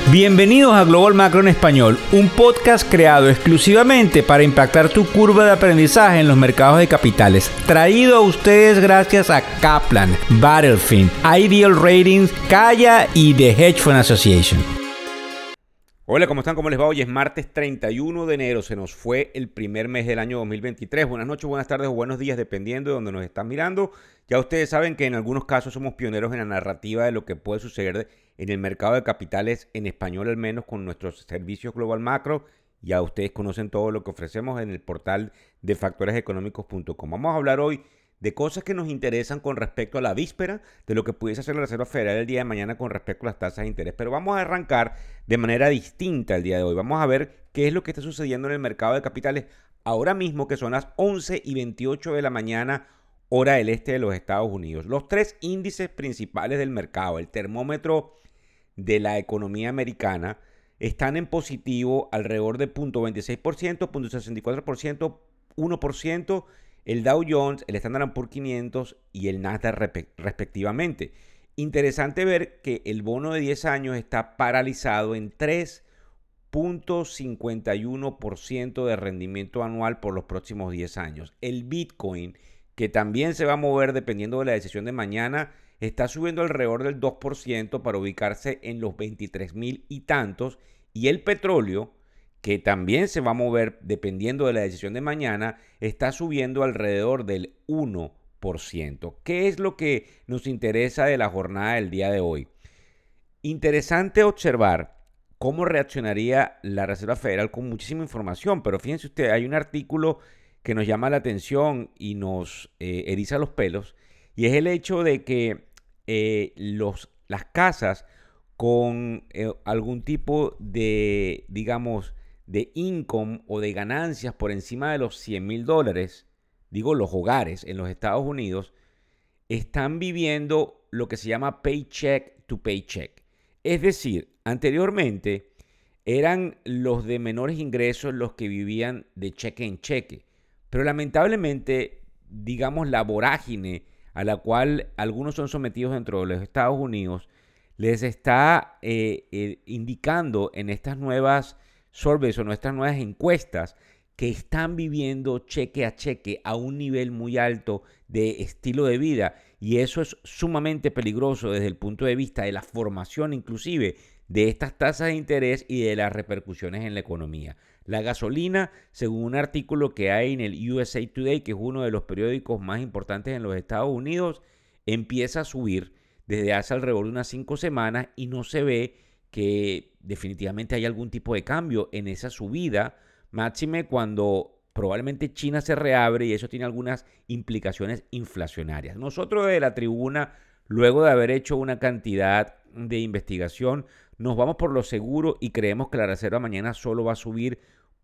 Bienvenidos a Global Macro en Español, un podcast creado exclusivamente para impactar tu curva de aprendizaje en los mercados de capitales. Traído a ustedes gracias a Kaplan, Battlefield, Ideal Ratings, Kaya y The Hedge Fund Association. Hola, ¿cómo están? ¿Cómo les va? Hoy es martes 31 de enero. Se nos fue el primer mes del año 2023. Buenas noches, buenas tardes o buenos días, dependiendo de donde nos están mirando. Ya ustedes saben que en algunos casos somos pioneros en la narrativa de lo que puede suceder en el mercado de capitales, en español al menos, con nuestros servicios Global Macro. Ya ustedes conocen todo lo que ofrecemos en el portal de factoreseconómicos.com. Vamos a hablar hoy de cosas que nos interesan con respecto a la víspera de lo que pudiese hacer la Reserva Federal el día de mañana con respecto a las tasas de interés. Pero vamos a arrancar de manera distinta el día de hoy. Vamos a ver qué es lo que está sucediendo en el mercado de capitales ahora mismo, que son las 11:28 de la mañana, hora del este de los Estados Unidos. Los tres índices principales del mercado, el termómetro de la economía americana, están en positivo alrededor de 0.26%, 0.64%, 1%, el Dow Jones, el Standard & Poor's 500 y el Nasdaq respectivamente. Interesante ver que el bono de 10 años está paralizado en 3.51% de rendimiento anual por los próximos 10 años. El Bitcoin, que también se va a mover dependiendo de la decisión de mañana, está subiendo alrededor del 2% para ubicarse en los 23,000 y tantos. Y el petróleo, que también se va a mover dependiendo de la decisión de mañana, está subiendo alrededor del 1%. ¿Qué es lo que nos interesa de la jornada del día de hoy? Interesante observar cómo reaccionaría la Reserva Federal con muchísima información, pero fíjense ustedes, hay un artículo que nos llama la atención y nos eriza los pelos, y es el hecho de que las casas con algún tipo de, digamos, de income o de ganancias por encima de los $100,000, digo los hogares en los Estados Unidos, están viviendo lo que se llama paycheck to paycheck. Es decir, anteriormente eran los de menores ingresos los que vivían de cheque en cheque, pero lamentablemente, digamos, la vorágine a la cual algunos son sometidos dentro de los Estados Unidos les está indicando en estas nuevas surveys o nuestras nuevas encuestas que están viviendo cheque a cheque a un nivel muy alto de estilo de vida, y eso es sumamente peligroso desde el punto de vista de la formación inclusive de estas tasas de interés y de las repercusiones en la economía. La gasolina, según un artículo que hay en el USA Today, que es uno de los periódicos más importantes en los Estados Unidos, empieza a subir desde hace alrededor de unas 5 semanas y no se ve que definitivamente hay algún tipo de cambio en esa subida, máxime cuando probablemente China se reabre y eso tiene algunas implicaciones inflacionarias. Nosotros desde la tribuna, luego de haber hecho una cantidad de investigación, nos vamos por lo seguro y creemos que la Reserva mañana solo va a subir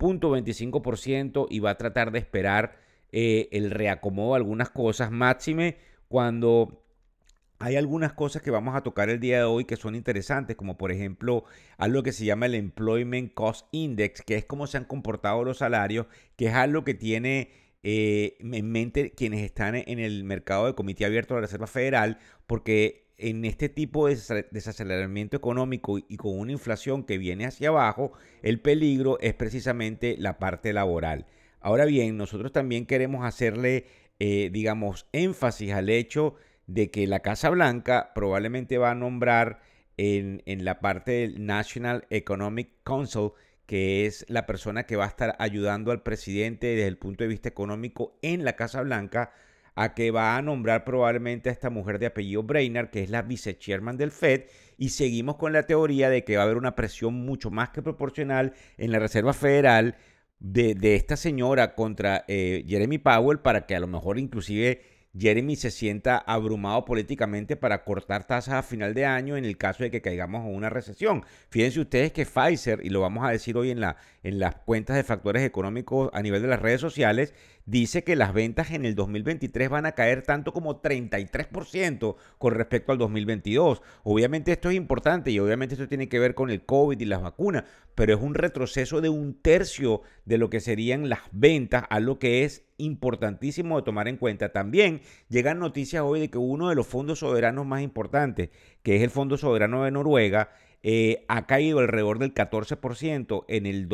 0.25% y va a tratar de esperar el reacomodo de algunas cosas, máxime cuando hay algunas cosas que vamos a tocar el día de hoy que son interesantes, como por ejemplo algo que se llama el Employment Cost Index, que es cómo se han comportado los salarios, que es algo que tiene en mente quienes están en el mercado de comité abierto de la Reserva Federal, porque en este tipo de desaceleramiento económico y con una inflación que viene hacia abajo, el peligro es precisamente la parte laboral. Ahora bien, nosotros también queremos hacerle, digamos, énfasis al hecho de que la Casa Blanca probablemente va a nombrar en la parte del National Economic Council, que es la persona que va a estar ayudando al presidente desde el punto de vista económico en la Casa Blanca, a que va a nombrar probablemente a esta mujer de apellido Brainard, que es la vice-chairman del Fed, y seguimos con la teoría de que va a haber una presión mucho más que proporcional en la Reserva Federal de esta señora contra Jeremy Powell, para que a lo mejor inclusive Jeremy se sienta abrumado políticamente para cortar tasas a final de año en el caso de que caigamos en una recesión. Fíjense ustedes que Pfizer, y lo vamos a decir hoy en las cuentas de factores económicos a nivel de las redes sociales, dice que las ventas en el 2023 van a caer tanto como 33% con respecto al 2022. Obviamente esto es importante y obviamente esto tiene que ver con el COVID y las vacunas, pero es un retroceso de 1/3 de lo que serían las ventas, a lo que es importantísimo de tomar en cuenta. También llegan noticias hoy de que uno de los fondos soberanos más importantes, que es el Fondo Soberano de Noruega, ha caído alrededor del 14% en el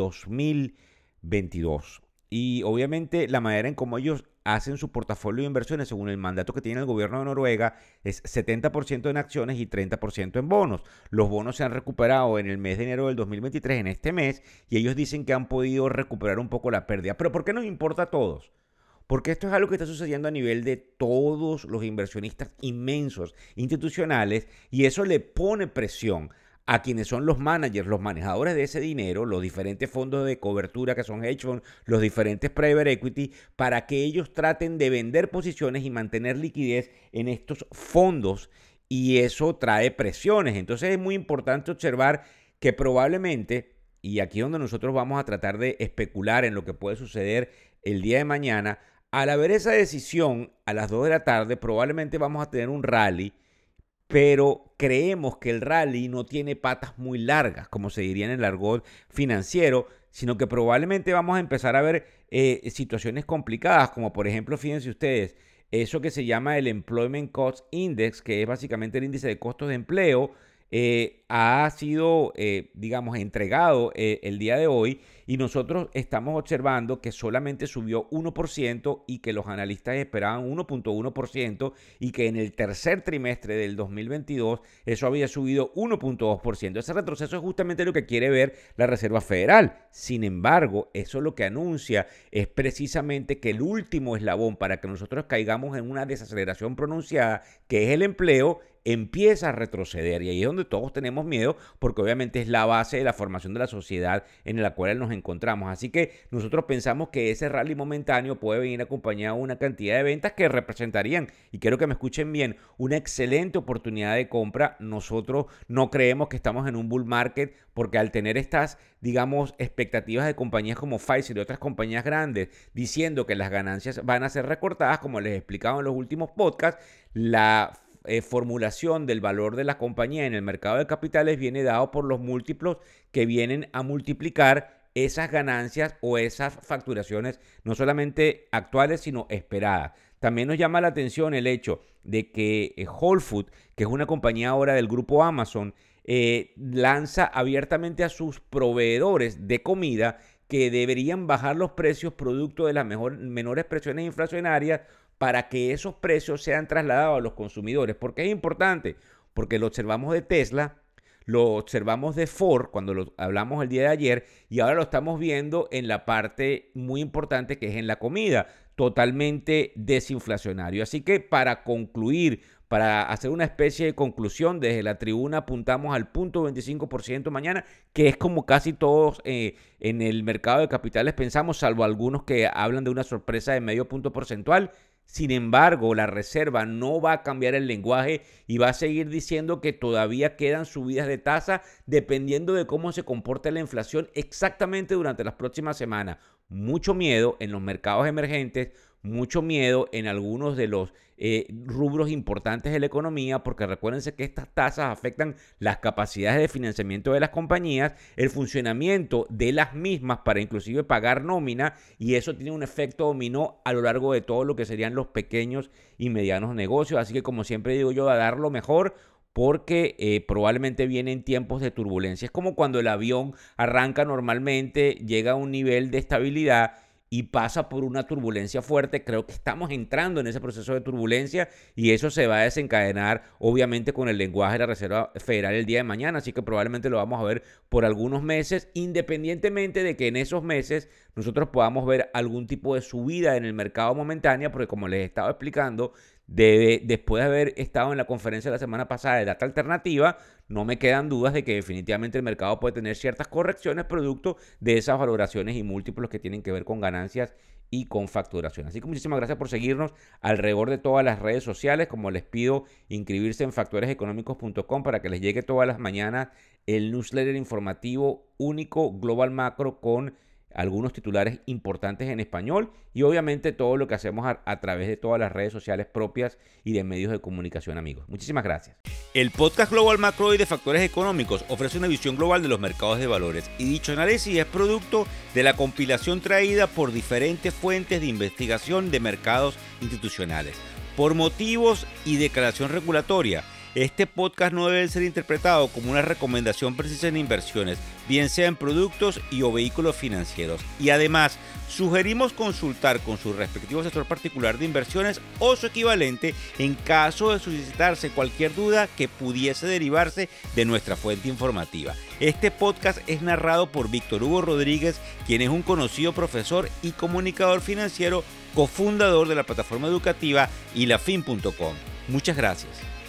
2022. Y obviamente la manera en cómo ellos hacen su portafolio de inversiones, según el mandato que tiene el gobierno de Noruega, es 70% en acciones y 30% en bonos. Los bonos se han recuperado en el mes de enero del 2023, en este mes, y ellos dicen que han podido recuperar un poco la pérdida. Pero ¿por qué nos importa a todos? Porque esto es algo que está sucediendo a nivel de todos los inversionistas inmensos, institucionales, y eso le pone presión a quienes son los managers, los manejadores de ese dinero, los diferentes fondos de cobertura que son hedge funds, los diferentes private equity, para que ellos traten de vender posiciones y mantener liquidez en estos fondos, y eso trae presiones. Entonces es muy importante observar que probablemente, y aquí es donde nosotros vamos a tratar de especular en lo que puede suceder el día de mañana, al haber esa decisión a las 2 de la tarde, probablemente vamos a tener un rally, pero creemos que el rally no tiene patas muy largas, como se diría en el argot financiero, sino que probablemente vamos a empezar a ver situaciones complicadas, como por ejemplo, fíjense ustedes, eso que se llama el Employment Cost Index, que es básicamente el índice de costos de empleo, ha sido, digamos, entregado el día de hoy, y nosotros estamos observando que solamente subió 1% y que los analistas esperaban 1.1%, y que en el tercer trimestre del 2022 eso había subido 1.2%. Ese retroceso es justamente lo que quiere ver la Reserva Federal. Sin embargo, eso lo que anuncia es precisamente que el último eslabón para que nosotros caigamos en una desaceleración pronunciada, que es el empleo, empieza a retroceder, y ahí es donde todos tenemos miedo, porque obviamente es la base de la formación de la sociedad en la cual nos encontramos. Así que nosotros pensamos que ese rally momentáneo puede venir acompañado de una cantidad de ventas que representarían, y quiero que me escuchen bien, una excelente oportunidad de compra. Nosotros no creemos que estamos en un bull market, porque al tener estas, digamos, expectativas de compañías como Pfizer y otras compañías grandes diciendo que las ganancias van a ser recortadas, como les he explicado en los últimos podcasts, la formulación del valor de la compañía en el mercado de capitales viene dado por los múltiplos que vienen a multiplicar esas ganancias o esas facturaciones, no solamente actuales, sino esperadas. También nos llama la atención el hecho de que Whole Foods, que es una compañía ahora del grupo Amazon, lanza abiertamente a sus proveedores de comida que deberían bajar los precios producto de las menores presiones inflacionarias, para que esos precios sean trasladados a los consumidores. ¿Por qué es importante? Porque lo observamos de Tesla, lo observamos de Ford cuando lo hablamos el día de ayer, y ahora lo estamos viendo en la parte muy importante que es en la comida, totalmente desinflacionario. Así que para concluir, para hacer una especie de conclusión, desde la tribuna apuntamos al 0.25% mañana, que es como casi todos en el mercado de capitales pensamos, salvo algunos que hablan de una sorpresa de medio punto porcentual. Sin embargo, la Reserva no va a cambiar el lenguaje y va a seguir diciendo que todavía quedan subidas de tasa dependiendo de cómo se comporte la inflación exactamente durante las próximas semanas. Mucho miedo en los mercados emergentes, mucho miedo en algunos de los rubros importantes de la economía, porque recuérdense que estas tasas afectan las capacidades de financiamiento de las compañías, el funcionamiento de las mismas para inclusive pagar nómina, y eso tiene un efecto dominó a lo largo de todo lo que serían los pequeños y medianos negocios. Así que, como siempre digo yo, a dar lo mejor, porque probablemente vienen tiempos de turbulencia. Es como cuando el avión arranca normalmente, llega a un nivel de estabilidad y pasa por una turbulencia fuerte. Creo que estamos entrando en ese proceso de turbulencia, y eso se va a desencadenar obviamente con el lenguaje de la Reserva Federal el día de mañana, así que probablemente lo vamos a ver por algunos meses, independientemente de que en esos meses nosotros podamos ver algún tipo de subida en el mercado momentánea, porque como les estaba explicando, después de haber estado en la conferencia de la semana pasada de Data Alternativa, no me quedan dudas de que definitivamente el mercado puede tener ciertas correcciones producto de esas valoraciones y múltiplos que tienen que ver con ganancias y con facturación. Así que muchísimas gracias por seguirnos alrededor de todas las redes sociales. Como les pido, inscribirse en factoreseconómicos.com para que les llegue todas las mañanas el newsletter informativo único Global Macro con algunos titulares importantes en español, y obviamente todo lo que hacemos a través de todas las redes sociales propias y de medios de comunicación, amigos. Muchísimas gracias. El podcast Global Macro y de Factores Económicos ofrece una visión global de los mercados de valores, y dicho análisis es producto de la compilación traída por diferentes fuentes de investigación de mercados institucionales. Por motivos y declaración regulatoria, Este podcast no debe ser interpretado como una recomendación precisa en inversiones, bien sea en productos y o vehículos financieros. Y además, sugerimos consultar con su respectivo asesor particular de inversiones o su equivalente en caso de suscitarse cualquier duda que pudiese derivarse de nuestra fuente informativa. Este podcast es narrado por Víctor Hugo Rodríguez, quien es un conocido profesor y comunicador financiero, cofundador de la plataforma educativa ilafin.com. Muchas gracias.